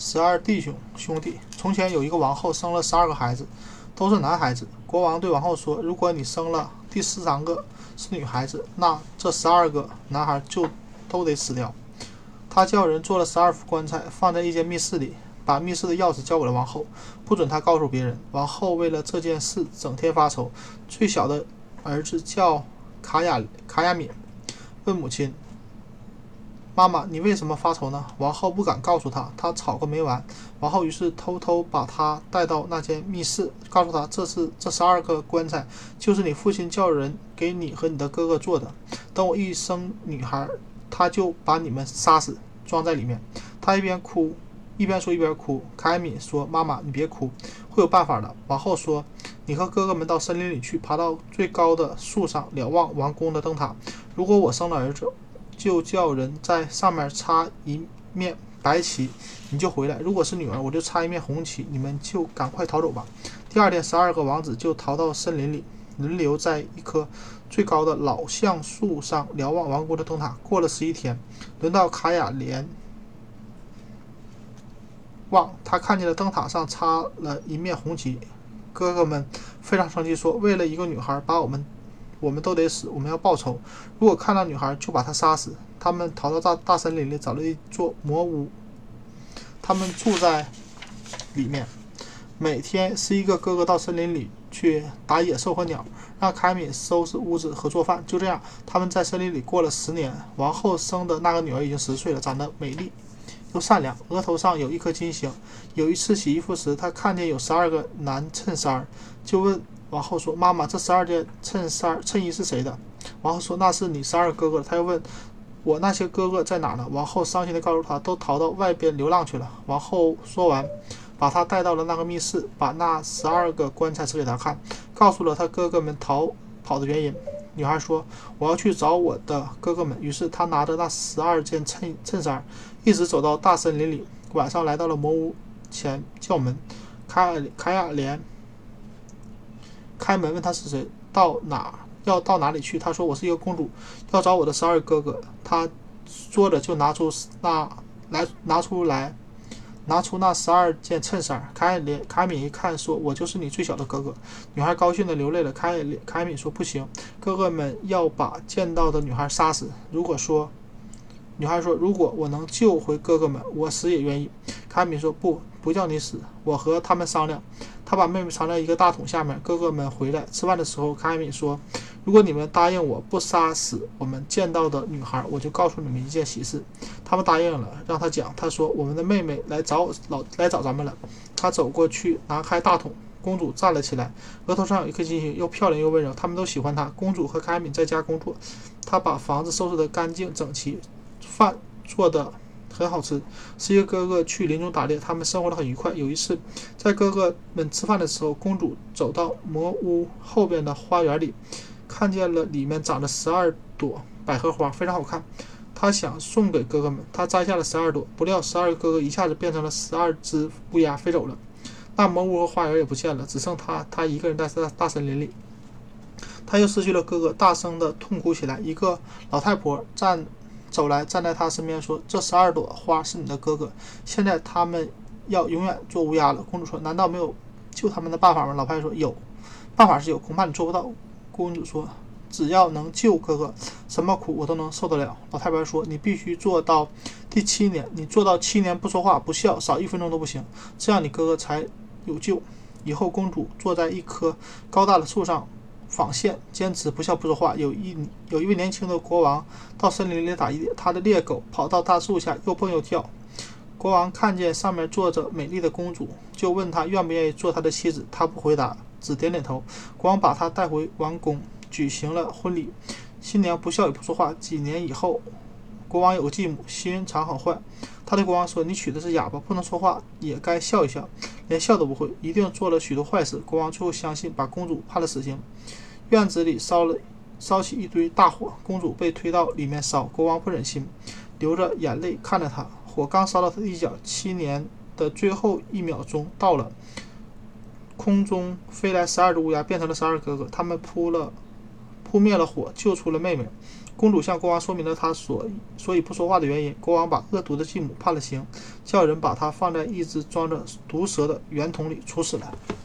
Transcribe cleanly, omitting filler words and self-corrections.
12弟兄弟。从前有一个王后，生了12个孩子，都是男孩子。国王对王后说：“如果你生了第13个是女孩子，那这12个男孩就都得死掉。”他叫人做了12副棺材，放在一间密室里，把密室的钥匙交给了王后，不准她告诉别人。王后为了这件事整天发愁。最小的儿子叫卡亚敏，问母亲：妈妈，你为什么发愁呢？王后不敢告诉他，他吵个没完。王后于是偷偷把他带到那间密室，告诉他这12个棺材就是你父亲叫人给你和你的哥哥做的。等我一生女孩，他就把你们杀死，装在里面。他一边说一边哭。凯敏说：“妈妈，你别哭，会有办法的。”王后说：“你和哥哥们到森林里去，爬到最高的树上，瞭望王宫的灯塔。如果我生了儿子，就叫人在上面插一面白旗，你就回来；如果是女儿，我就插一面红旗，你们就赶快逃走吧。”第二天，12个王子就逃到森林里，轮流在一棵最高的老橡树上瞭望王宫的灯塔。过了11天，轮到卡雅莲望，他看见了灯塔上插了一面红旗。哥哥们非常生气，说：“为了一个女孩，把我们都得死，我们要报仇。如果看到女孩，就把她杀死。”他们逃到大森林里，找了一座魔屋，他们住在里面。每天是一个哥哥到森林里去打野兽和鸟，让凯敏收拾屋子和做饭。就这样，他们在森林里过了10年。王后生的那个女儿已经10岁了，长得美丽又善良，额头上有一颗金星。有一次洗衣服时，她看见有12个男衬衫，就问王后说：“妈妈，这12件衬衣是谁的？”王后说：“那是你12个哥哥。”她又问：“我那些哥哥在哪呢？”王后伤心地告诉他，都逃到外边流浪去了。王后说完，把他带到了那个密室，把那12个棺材指给他看，告诉了他哥哥们逃跑的原因。女孩说：“我要去找我的哥哥们。”于是她拿着那12件衬衫，一直走到大森林里。晚上来到了魔屋前叫门，卡雅莲开门问他是谁，要到哪里去。他说：“我是一个公主，要找我的12个哥哥。”他说着就拿出那12件衬衫。凯敏一看，说：“我就是你最小的哥哥。”女孩高兴地流泪了。凯敏说：“不行，哥哥们要把见到的女孩杀死。”女孩说：“如果我能救回哥哥们，我死也愿意。”凯敏说：“不叫你死，我和他们商量。”他把妹妹藏在一个大桶下面。哥哥们回来吃饭的时候，凯敏说：“如果你们答应我不杀死我们见到的女孩，我就告诉你们一件喜事。”他们答应了，让他讲。他说：“我们的妹妹来找咱们了。”他走过去拿开大桶，公主站了起来，额头上有一颗金星，又漂亮又温柔，他们都喜欢她。公主和凯敏在家工作，她把房子收拾得干净整齐，饭做得很好吃。11个哥哥去林中打猎，他们生活得很愉快。有一次，在哥哥们吃饭的时候，公主走到魔屋后边的花园里，看见了里面长着12朵百合花，非常好看。她想送给哥哥们，她摘下了12朵，不料12个哥哥一下子变成了12只乌鸦飞走了。那魔屋和花园也不见了，只剩他一个人在大森林里。他又失去了哥哥，大声地痛哭起来。一个老太婆走来，站在他身边说：“这12朵花是你的哥哥，现在他们要永远做乌鸦了。”公主说：“难道没有救他们的办法吗？”老太婆说：“有，办法是有，恐怕你做不到。”公主说：“只要能救哥哥，什么苦我都能受得了。”老太婆说：“你必须做到第7年，你做到7年不说话不笑，少1分钟都不行，这样你哥哥才有救。”以后公主坐在一棵高大的树上纺线，坚持不笑不说话。有一位年轻的国王到森林里打猎，他的猎狗跑到大树下又蹦又跳。国王看见上面坐着美丽的公主，就问她愿不愿意做他的妻子。她不回答，只点点头。国王把她带回王宫，举行了婚礼。新娘不笑也不说话。几年以后，国王有个继母，心肠很坏。他对国王说：“你娶的是哑巴，不能说话，也该笑一笑，连笑都不会，一定做了许多坏事。”国王最后相信，把公主判了死刑。院子里烧起一堆大火，公主被推到里面烧。国王不忍心，流着眼泪看着她。火刚烧到她的一角，7年的最后1秒钟到了，空中飞来12只乌鸦，变成了12个哥哥。他们扑灭了火，救出了妹妹。 公主向国王说明了她所以不说话的原因。国王把恶毒的继母判了刑，叫人把她放在一只装着毒蛇的圆桶里处死了。